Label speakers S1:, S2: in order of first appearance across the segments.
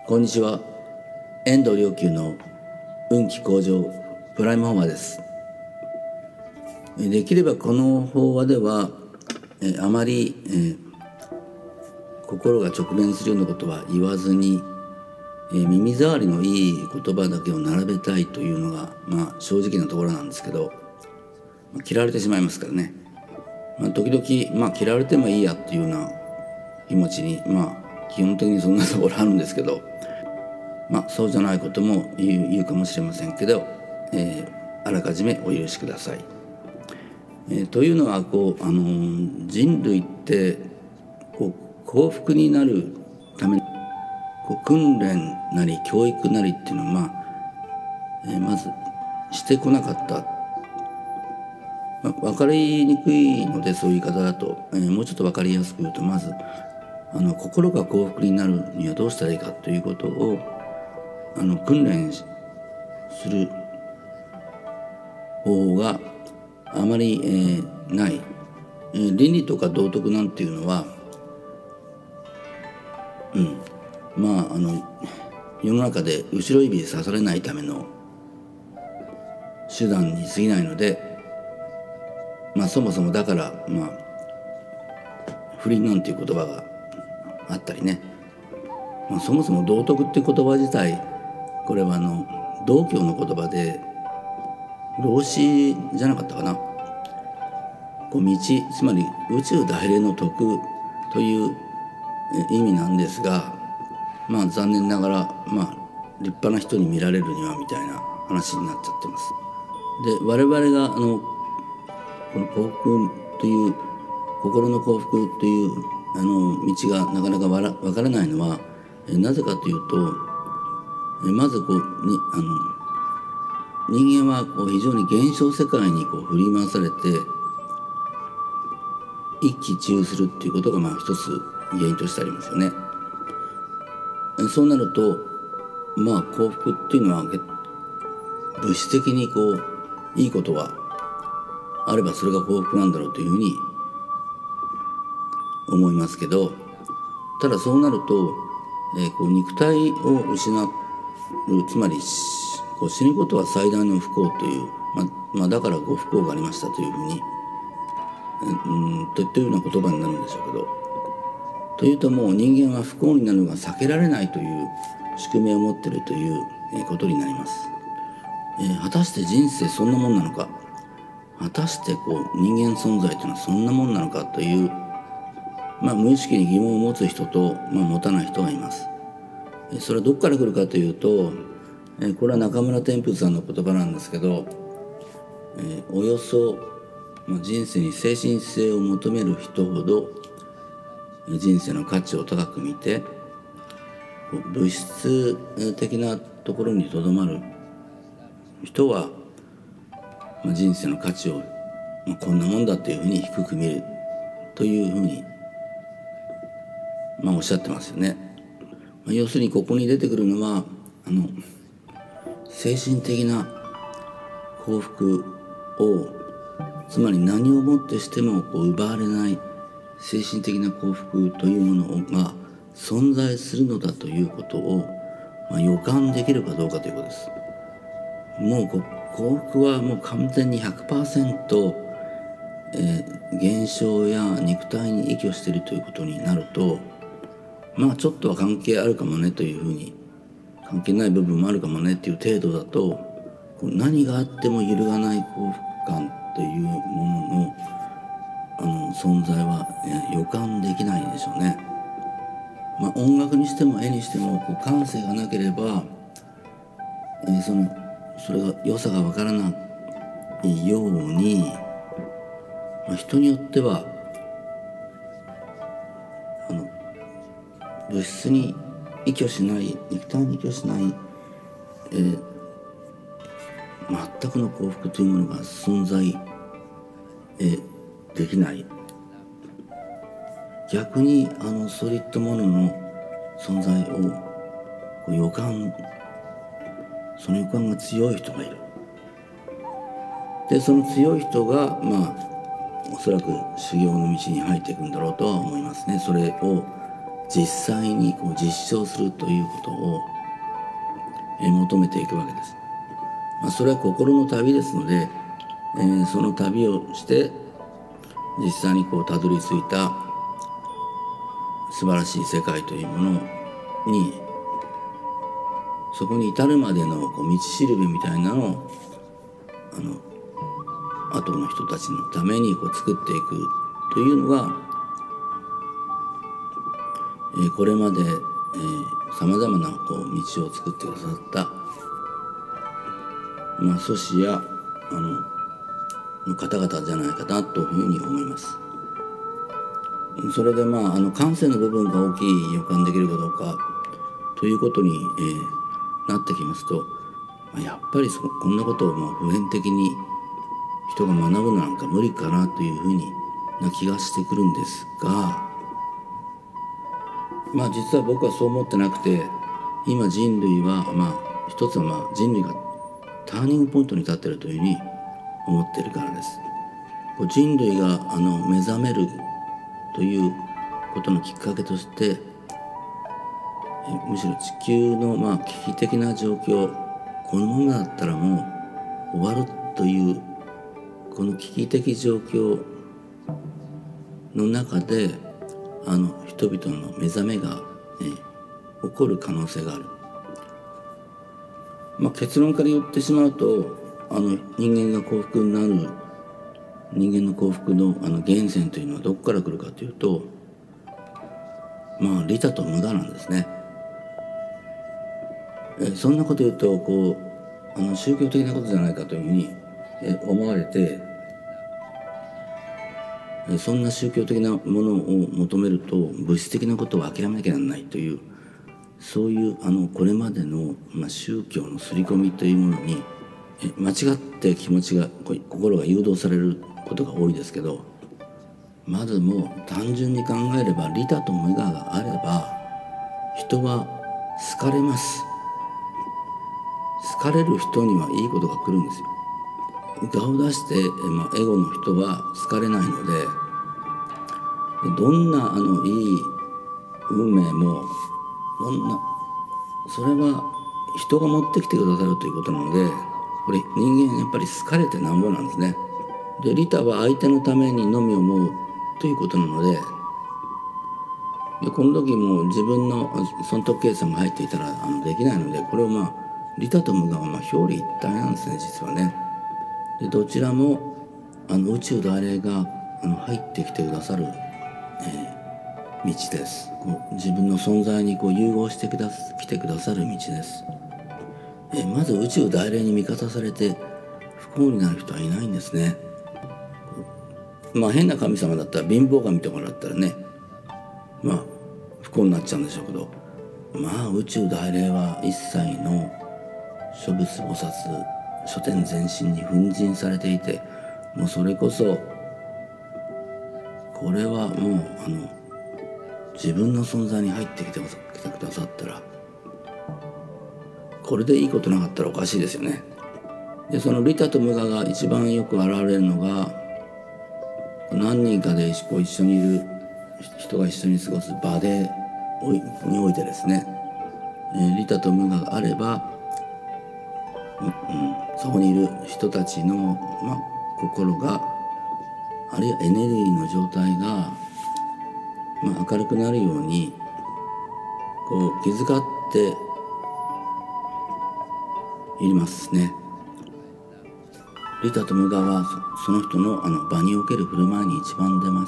S1: こんにちは。遠藤良久の運気向上プライム法話です。できればこの法話ではあまり心が直面するようなことは言わずに耳障りのいい言葉だけを並べたいというのが正直なところなんですけど、嫌われてしまいますからね。時々嫌われてもいいやっていうような気持ちに基本的にそんなところあるんですけど、そうじゃないことも言うかもしれませんけど、あらかじめお許しください。というのは人類って幸福になるために訓練なり教育なりっていうのはまずしてこなかった。分かりにくいのでそういう言い方だと、もうちょっと分かりやすく言うと、まず心が幸福になるにはどうしたらいいかということを訓練する方法があまり、ない。倫理とか道徳なんていうのは、世の中で後ろ指で刺されないための手段に過ぎないので、そもそもだから不倫なんていう言葉があったりね、そもそも道徳っていう言葉自体、これは道教の言葉で老子じゃなかったかな。道、つまり宇宙大霊の徳という意味なんですが、残念ながら立派な人に見られるにはみたいな話になっちゃってます。で、我々がこの幸福という心の幸福という道がなかなかわからないのはなぜかというと、まず人間は非常に現象世界に振り回されて一喜一憂するっていうことが一つ原因としてありますよね。そうなると幸福っていうのは物質的にいいことがあればそれが幸福なんだろうというふうに思いますけど、ただそうなると、肉体を失う、つまり死ぬことは最大の不幸という、だから不幸がありましたというふうにというような言葉になるんでしょうけど、というともう人間は不幸になるのが避けられないという宿命を持っているということになります。果たして人生そんなもんなのか、果たして人間存在というのはそんなもんなのかという無意識に疑問を持つ人と、持たない人がいます。それはどこから来るかというと、これは中村天風さんの言葉なんですけど、およそ人生に精神性を求める人ほど人生の価値を高く見て物質的なところにとどまる人は人生の価値をこんなもんだというふうに低く見るというふうにおっしゃってますよね。要するにここに出てくるのは精神的な幸福を、つまり何をもってしても奪われない精神的な幸福というものが存在するのだということを、予感できるかどうかということです。もう幸福はもう完全に 100%、現象や肉体に依拠しているということになると、ちょっとは関係あるかもねというふうに、関係ない部分もあるかもねっていう程度だと、何があっても揺るがない幸福感というものの存在は予感できないでしょうね。音楽にしても絵にしても感性がなければ、それが良さがわからないように、人によっては物質に依拠しない、肉体に依拠しない、全くの幸福というものが存在、できない。逆にそういったものの存在を予感、その予感が強い人がいる。でその強い人がおそらく修行の道に入っていくんだろうとは思いますね。それを実際にこう実証するということを求めていくわけです。それは心の旅ですので、その旅をして実際にこうたどり着いた素晴らしい世界というものに、そこに至るまでのこう道しるべみたいなのを後の人たちのためにこう作っていくというのが、これまでさまざまなこう道を作ってくださった、祖師やの方々じゃないかなというふうに思います。それで感性の部分が大きい予感できるかどうかということに、なってきますと、やっぱりこんなことをもう普遍的に人が学ぶのなんか無理かなというふうな気がしてくるんですが、実は僕はそう思ってなくて、今人類は一つは人類がターニングポイントに立っているというふうに思っているからです。人類が目覚めるということのきっかけとして、むしろ地球の危機的な状況、このままだったらもう終わるというこの危機的状況の中で人々の目覚めが、起こる可能性がある。結論から言ってしまうと、人間が幸福になる、人間の幸福の源泉というのはどこから来るかというと、利他と無我なんですね。そんなこと言うと宗教的なことじゃないかというふうに思われて、そんな宗教的なものを求めると物質的なことを諦めなきゃならないという、そういうこれまでの、宗教の刷り込みというものに間違って心が誘導されることが多いですけど、まずもう単純に考えれば利他と無我があれば人は好かれます。好かれる人にはいいことが来るんですよ。我を出して、エゴの人は好かれないので、どんないい運命もそれは人が持ってきてくださるということなので、これ人間やっぱり好かれてなんぼなんですね。で利他は相手のためにのみ思うということなので、この時も自分の損得計算が入っていたらできないので、これを利他と無我は表裏一体なんですね、実はね。でどちらも宇宙大霊が入ってきてくださる、道です。自分の存在に融合してきてくださる道です。まず宇宙大霊に味方されて不幸になる人はいないんですね。変な神様だったら、貧乏神とかだったらね、不幸になっちゃうんでしょうけど、宇宙大霊は一切の諸仏菩薩諸天全身に粉塵されていて、もうそれこそこれはもう自分の存在に入ってきてくださったら、これでいいことなかったらおかしいですよね。でその利他と無我が一番よく現れるのが、何人かで一緒にいる人が一緒に過ごす場においてですね、利他と無我があれば、そこにいる人たちの、心が、あるいはエネルギーの状態が、明るくなるように気遣っていますね。利他と無我はその人の場における振る舞いに一番出ます。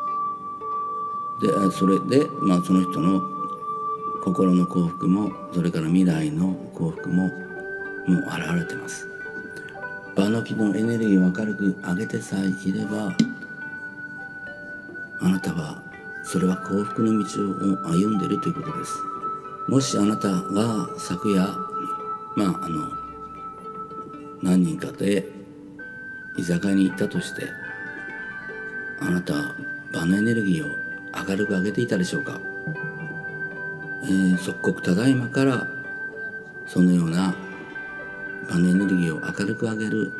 S1: でそれで、その人の心の幸福も、それから未来の幸福も現れてます。場の気のエネルギーを明るく上げてさえいれば、あなたはそれは幸福の道を歩んでいるということです。もしあなたが昨夜何人かで居酒屋に行ったとして、あなたは場のエネルギーを明るく上げていたでしょうか。即刻ただいまからそのような場のエネルギーを明るく上げる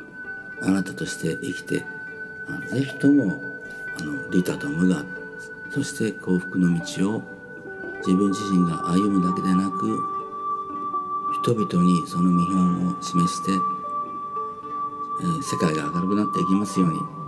S1: あなたとして生きて、ぜひとも利他と無我そして幸福の道を自分自身が歩むだけでなく、人々にその見本を示して、世界が明るくなっていきますように。